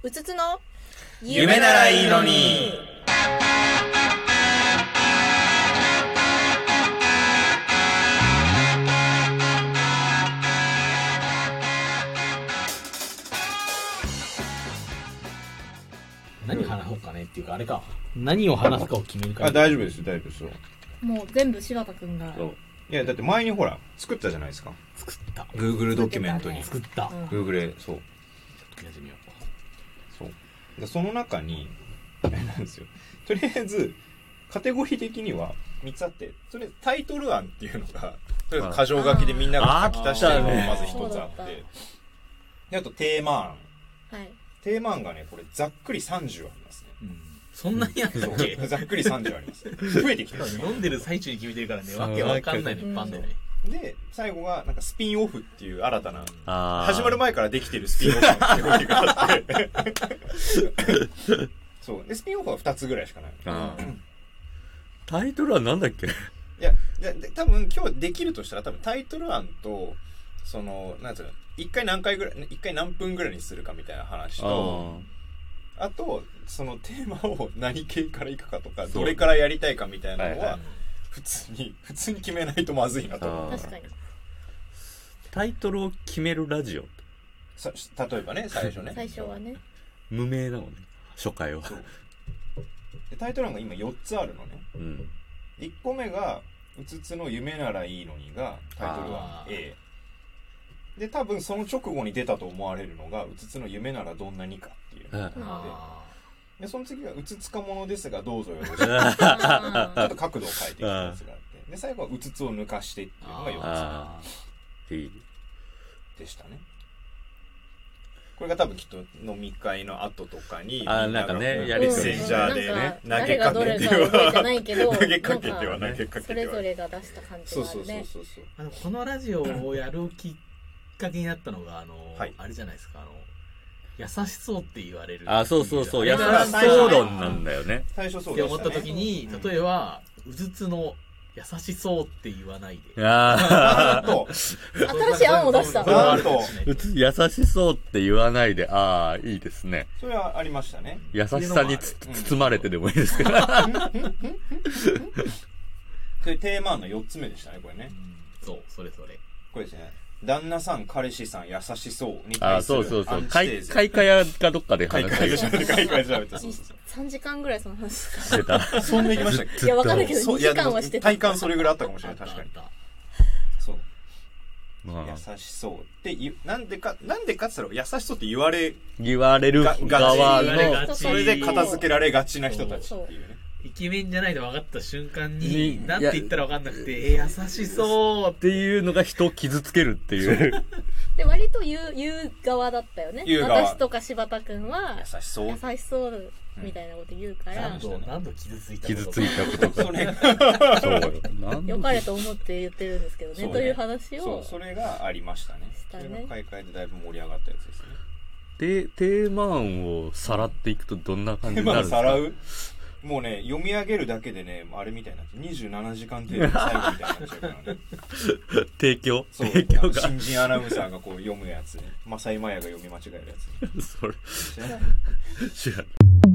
うつつの夢ならいいのに。 何話そうかねっていうか、あれか、何を話すかを決めるから。 大丈夫です大丈夫ですよ。 もう全部柴田くんが。 いやだって前にほら作ったじゃないですか。 作った。 Google ドキュメントに作った。 Google そう。 やってみよう。 そう。でその中にあれなんですよ。とりあえずカテゴリー的には3つあって、それタイトル案っていうのがとりあえず箇条書きでみんなが書き足したのがまず1つあって、であとテーマ案。はい。テーマ案がねこれざっくり30ありますね。 そんなにあったっけ？ ざっくり30あります。増えてきてる。 読んでる最中に決めてるからね、わけわかんないのいっぱいあんだよね。 で、最後がなんかスピンオフっていう新たな、始まる前からできてるスピンオフのカテゴリーがあって。そう。で、スピンオフは2つぐらいしかない。 タイトルはなんだっけ？ いや、多分今日できるとしたら多分タイトル案と、その、なんつうの、一回何分ぐらいにするかみたいな話と、あとそのテーマを何系からいくかとかどれからやりたいかみたいなのは普通に決めないとまずいなと思う。 確かにタイトルを決めるラジオ例えばね最初ね最初はね無名なのね初回は。 でタイトルが今4つあるのね、1個目がうつつの夢ならいいのにがタイトルは Aで、多分その直後に出たと思われるのがうつつの夢ならどんなにかっていうのがで、その次がうつつかものですがどうぞよろしくちょっと角度を変えていくやつがあってで、最後はうつつを抜かしてっていうのが4つでしたね。これが多分きっと飲み会の後とかになんかねやりメッセンジャーでね投げかけてはそれぞれが出した感じがあるね。 このラジオをやるきっかけになったのがあれじゃないですか、優しそうって言われる。 そう優しそう論なんだよね。 最初そうって思った時に、例えばうつつの優しそうって言わないで。 新しい案を出した。 優しそうって言わないで、いいですね。 それはありましたね。 優しさに包まれてでもいいですけど。 それテーマの4つ目でしたね、これね。 そう、それ。 これですね。旦那さん、彼氏さん、優しそうに対するアンチテーゼ。 開花屋かどっかで話してる。開花屋で 3時間ぐらいその話してた。 そんな行きましたっけ？ いや、わかんないけど、2時間はしてた。 体感それぐらいあったかもしれない、確かに。そう。優しそうってなんでかって言ったら、優しそうって言われる側の、 それで片付けられがちな人たちっていうね。 イケメンじゃないと分かった瞬間になんて言ったら分かんなくて優しそうっていうのが人を傷つけるっていうで割と言う側だったよね。私とか柴田くんは優しそうみたいなこと言うから、 何度傷ついたことかよかれと思って言ってるんですけどねという話をそれがありましたね。それが開会でだいぶ盛り上がったやつですね。 テーマ案をさらっていくとどんな感じになるんですか？ もうね、読み上げるだけでね、あれみたいな、27時間程度の最後みたいになっちゃうからね。 提供が新人アナウンサーがこう読むやつね。マサイマヤが読み間違えるやつ、ね。 それ。知らん。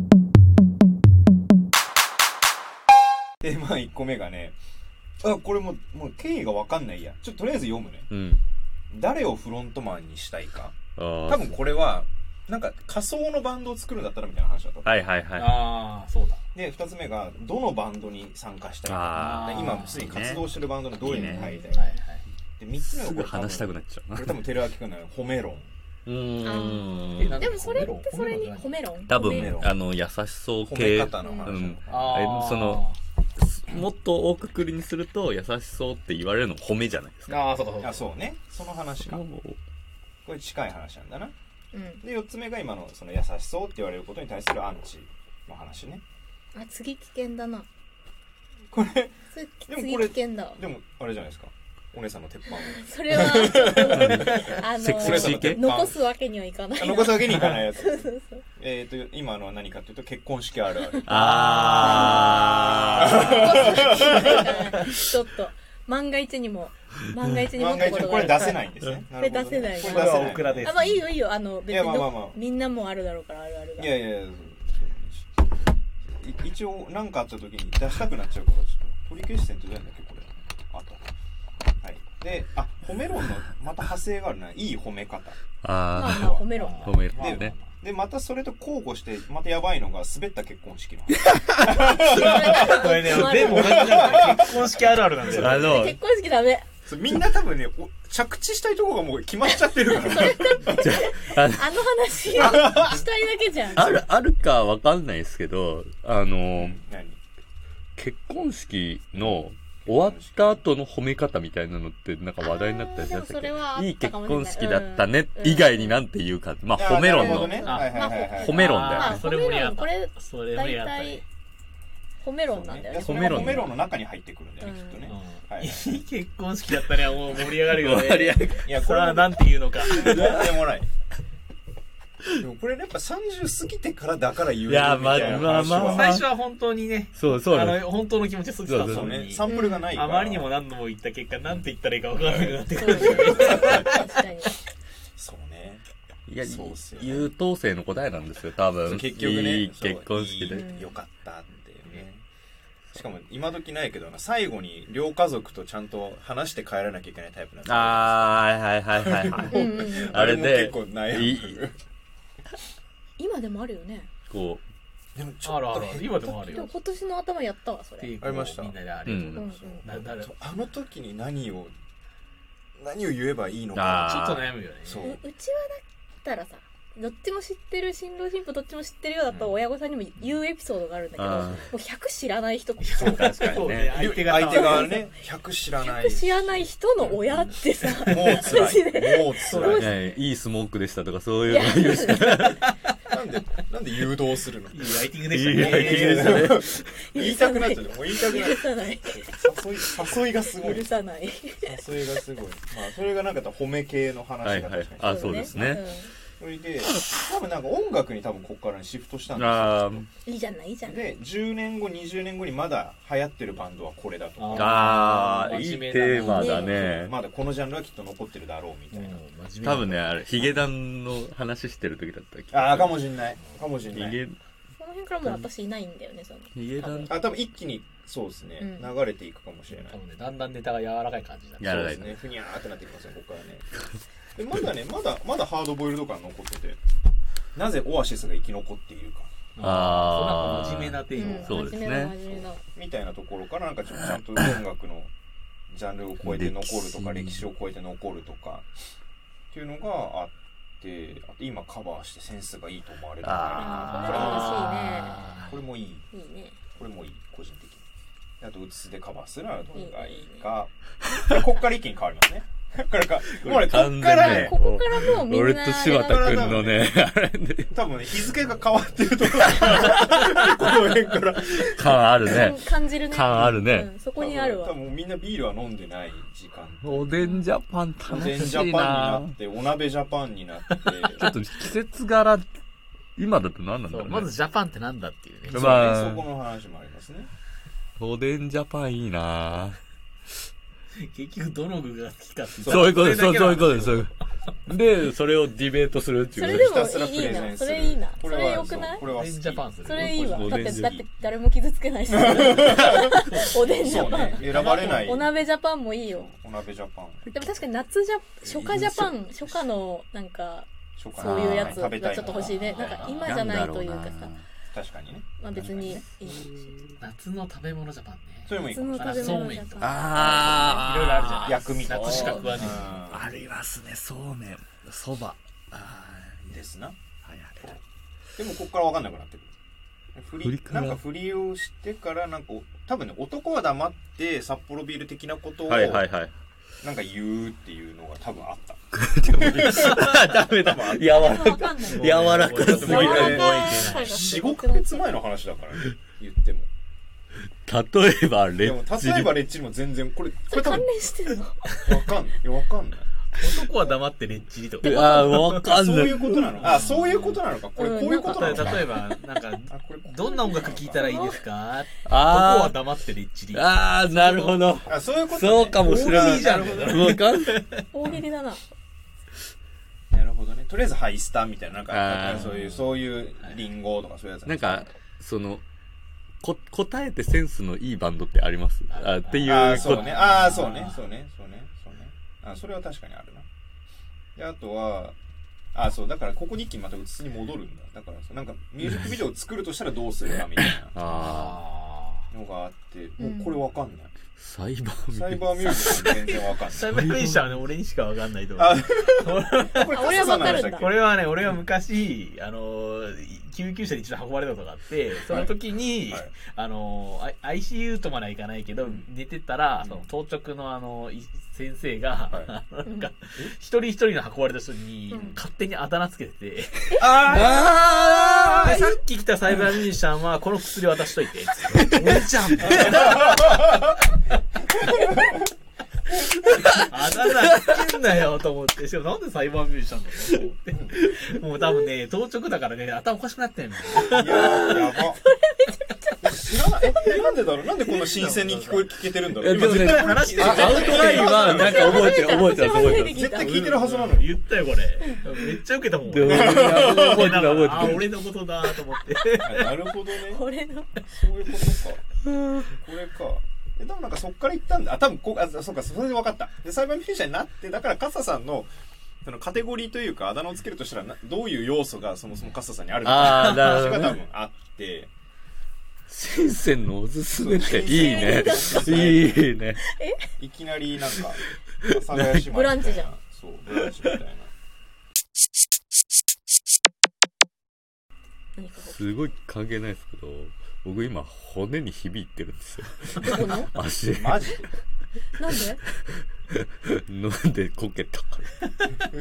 テーマ1個目がね、これもう経緯がわかんないや。とりあえず読むね。誰をフロントマンにしたいか。多分これは、なんか仮想のバンドを作るんだったらみたいな話だった。 そうだ。 で、2つ目が、どのバンドに参加したいか。今、すでに活動してるバンドのどれに入りたいか。で、3つ目がすぐ話したくなっちゃう。 これ多分、寺脇くんの褒め論。 でもそれってそれに褒め論多分、優しそう系。 褒め方の話。 もっと大くくりにすると、優しそうって言われるの褒めじゃないですか。 そうね。その話か。これ近い話なんだな。で、4つ目が今のその優しそうって言われることに対するアンチの話ね。 次危険だな。 これ、 次危険だわ。 でも、あれじゃないですか。お姉さんの鉄板を。 それは、 セクシー系残すわけにはいかない。 残すわけにいかないやつ。今のは何かというと、結婚式あるある。 ちょっと、万が一にもこれ出せないんですね。 これ出せない。 これはオクラです。 いいよ。別にみんなもあるだろうから、あるある。 いやいや一応何かあった時に出したくなっちゃうからちょっと取り消し線ってどうやんだっけこれあとはいで褒め論のまた派生があるないい褒め方まあ褒め論褒め論ねでまたそれと交互してまたやばいのが滑った結婚式のこれね全部同じなんだよ結婚式あるあるなんだよ結婚式ダメみんな多分ね着地したいところがもう決まっちゃってるからあの話したいだけじゃんあるかわかんないですけど結婚式の終わった後の褒め方みたいなのってなんか話題になったりしましたっけいい結婚式だったね以外になんて言うかまあ褒め論の褒め論だよねそれもやったこれ大体褒め論なんだよね褒め論の中に入ってくるんだよねきっとねいい結婚式だったらもう盛り上がるよねいやこれはなんて言うのかでもないでもこれやっぱ30過ぎてからだから言うみたいな話は最初は本当にねそう本当の気持ちをすぐ伝わったのにサンプルがないからあまりにも何度も言った結果なんて言ったらいいか分からなくなってくるそうねいや優等生の答えなんですよ多分結局ねいい結婚式でよかったっていうねしかも今時ないけど最後に両家族とちゃんと話して帰らなきゃいけないタイプなんではいあれで結構悩む今でもあるよねこうでもある今でもあるよ今年の頭やったわそれありましたみんなであの時に何を言えばいいのかちょっと悩むよねうちはだったらさどっちも知ってる新郎新婦どっちも知ってるようだと親御さんにも言うエピソードがあるんだけどもう100知らない人確かにね相手側ね100知らない人の親ってさもう辛いいいスモークでしたとかそういうの言うしかないなんで誘導するのいいライティングでしたね言いたくなっちゃうもう言いたくない許さない誘いがすごい許さない誘いがすごいまあそれがなんか褒め系の話が確かにそうですねそれで多分なんか音楽に多分ここからシフトしたんですよいいじゃないいいじゃないで10年後20年後にまだ流行ってるバンドはこれだといいテーマだねまだこのジャンルはきっと残ってるだろうみたいな多分ねあれヒゲダンの話してる時だったっけかもしんないその辺からもう私いないんだよねヒゲダン多分一気にそうですね流れていくかもしれないだんだんネタが柔らかい感じになってそうですねふにゃーってなってきますねここからねでまだハードボイルド感残っててなぜオアシスが生き残っているか真面目なテーマそうですねみたいなところからなんかちゃんと音楽のジャンルを超えて残るとか歴史を超えて残るとかっていうのがあってあと今カバーしてセンスがいいと思われるこれも欲しいねこれもいいねこれもいい個人的にあとうつでカバーするならどれがいいかこっから一気に変わりますねここからもうみんな俺と柴田くんのね多分ね日付が変わってるところこの辺から感あるね感じるね感あるねそこにあるわ多分みんなビールは飲んでない時間おでんジャパン楽しいなおでんジャパンになってお鍋ジャパンになってちょっと季節柄今だと何なんだろうねまずジャパンってなんだっていうねそこの話もありますねおでんジャパンいいな結局どの具が好きかってそういうことですそういうことですでそれをディベートするっていうそれでもいいなそれいいなそれ良くないこれはジャパンそれいいわだって誰も傷つけないしおでんジャパン選ばれないお鍋ジャパンもいいよお鍋ジャパンでも確かに初夏ジャパン初夏のなんかそういうやつがちょっと欲しいねなんか今じゃないというかさ確かにねまあ別に夏の食べ物ジャパンねそれもいいかもそうめんとかいろいろあるじゃない薬味夏しか食わねえありますねそうめんそばですなでもこっから分かんなくなってくるなんか振りをしてからなんか多分ね男は黙って札幌ビール的なことをなんか言うっていうのが多分あったダメだ柔らかすぎる 4,5 ヶ月前の話だからね言っても例えばレッチリも全然これ関連してるの分かんない男は黙ってレッチリとか分かんないそういうことなのそういうことなのかこれこういうことなのか例えばなんかどんな音楽聴いたらいいですか男は黙ってレッチリなるほどそういうことそうかもしれない大喜利じゃん大喜利だななるほどねとりあえずハイスタみたいな、なんかそういうリンゴとかそういうやつなんかその答えてセンスのいいバンドってありますっていう。 そうね。そうね。それは確かにあるな。で、あとは、そう、だからここに一気にまたうつつに戻るんだ。だからさ、なんかミュージックビデオを作るとしたらどうするかみたいなのがあって、もうこれわかんない。 サイバーミュージック全然わかんない。 サイバーミュージシャンはね、俺にしかわかんないと思う。 俺はわかるんだ。 これはね、俺が昔、救急車に一度運ばれたことがあって、その時に、ICU とまではいかないけど、寝てたら、その当直の先生が、なんか、一人一人の運ばれた人に、勝手にあだ名つけてて、さっき来たサイバーミュージシャンは、この薬渡しといて、俺じゃんあだ名つけんなよと思って、しかもなんでサイバーミュージシャンなのと思って。もう多分ね、当直だからね、頭おかしくなってんの。 やば。知らない。なんでだろう、なんでこんな新鮮に聞けてるんだろう。 今絶対話してる。 アウトラインはなんか覚えてる。 絶対聞いてるはずなのに。 言ったよ、これ。めっちゃ受けたもん。覚えてる。俺のことだと思って。 なるほどね。 俺の。 そういうことか。これか。でもなんかそっから行ったんだ。多分そうか、それで分かった。で、サイバーミュージシャンになって、だからカッサさんの、そのカテゴリーというか、あだ名をつけるとしたら、どういう要素がそもそもカッサさんにあるのかって話が多分あって、 先生のおすすめっていいね。いいね。 いきなりなんか、 ブランチじゃん。 そう、ブランチみたいな。 すごい関係ないですけど、僕今骨に響いてるんですよ。足。 マジで？ なんで？ 飲んでこけたから。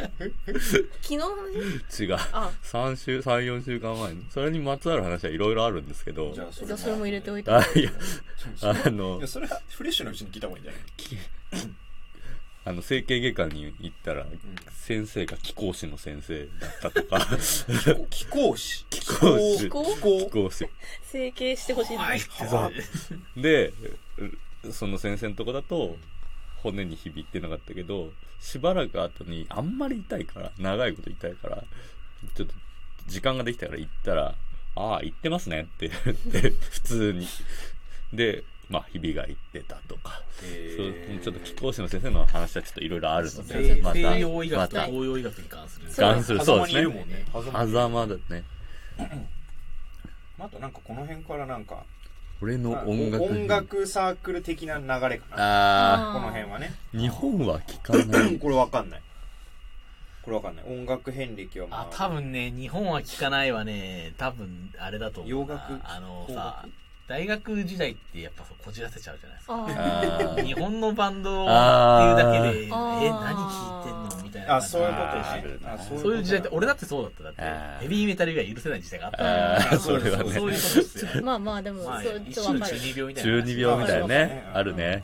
昨日の話？ 違う。3、4週間前に。それにまつわる話はいろいろあるんですけど。 じゃあそれも入れておいて。 いや、それはフレッシュのうちに聞いた方がいいんじゃない？ 整形外科に行ったら、先生が気功師の先生だったとか。 気功師？ 気功師。 整形してほしいな。 で、その先生のとこだと、骨に響いてなかったけど、しばらく後に、あんまり痛いから、長いこと痛いから、ちょっと、時間ができたから行ったら、行ってますねって言って、普通に。で、ひびが言ってたとか、ちょっと気功師の先生の話はちょっといろいろあるので、 また西洋医学と東洋医学に関する。 そうですね。狭間だね。 あとなんかこの辺からなんか、 俺の音楽サークル的な流れかな。この辺はね。 日本は聞かない。 これわかんない。音楽遍歴は多分ね、日本は聞かないわね。多分、あれだと思う。 洋楽さ、大学時代ってやっぱこじらせちゃうじゃないですか。日本のバンドっていうだけで、何聴いてんのみたいな。 そういうことですね。そういう時代って、俺だってそうだった。だって、ヘビーメタル以外許せない時代があった。 それはね。 そういうことですよ。 まあでも、 一種の中二病みたいな。 中二病みたいなね。あるね。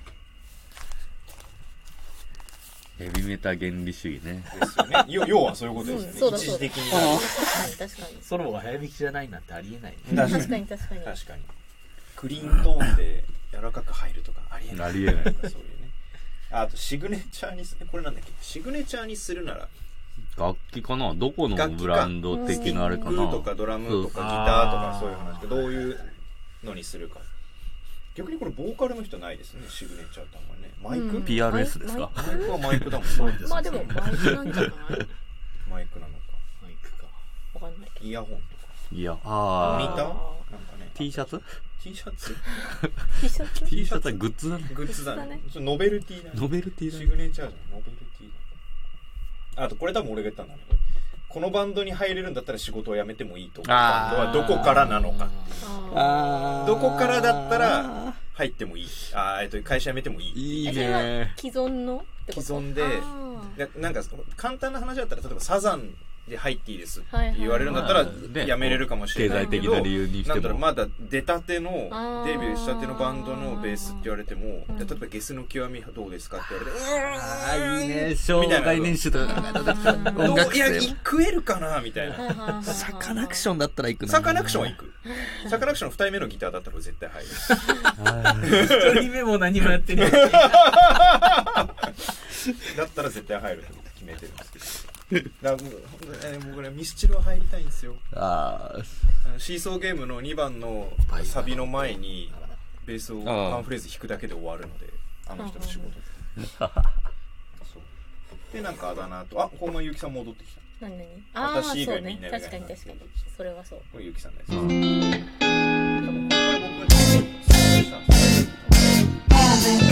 ヘビメタ原理主義ね。 ですよね。要はそういうことですよね。一時的に。 確かに。 ソロが早弾きじゃないなんてありえない。 確かに。 クリーントーンで柔らかく入るとかありえない。 そういうね。 あとシグネチャーにこれなんだっけ？シグネチャーにするなら楽器かな？どこのブランド的なあれかな？ スティックとかドラムとかギターとかそういう話。どういうのにするか。逆にこれボーカルの人ないですね。シグネチャーってあんまりね。マイク ？PRS ですか？ マイクはマイクだもんね。 まあでもマイクなんじゃない？ マイクなのか。 マイクか。 わかんないけど。 イヤホンとか。 いや、 モニター？なんかね。 T シャツ ？T シャツ ？T シャツはグッズだね。 グッズだね。ノベルティーだね。 ノベルティーだね。 シグネチャーじゃん。ノベルティーだ。あとこれ多分俺が言ったんだね。このバンドに入れるんだったら仕事を辞めてもいいと思うバンドはどこからなのかっていう。どこからだったら入ってもいい。会社辞めてもいい。 いいね。 既存の既存で、なんか簡単な話だったら例えばサザンで入っていいですって言われるんだったら辞めれるかもしれないけど、 経済的な理由にしてもなんだろう、まだ出たてのデビューしたてのバンドのベースって言われても、例えばゲスの極みどうですかって言われて、 いいね、生涯年収とか音楽性食えるかなみたいな。 サカナクションだったら行くな。 サカナクションは行く。サカナクションの2人目のギターだったら絶対入る。 1人目も何もやってない。 だったら絶対入ると決めてるんですけど。 だから僕ねミスチルは入りたいんですよ。シーソーゲームの2番のサビの前にベースをワンフレーズ弾くだけで終わるので、あの人の仕事そうで、なんかあだ名と、本間ゆきさん戻ってきた。 何私以外みんな確かに確かにそれはそう。 これゆきさんです。 多分これ僕が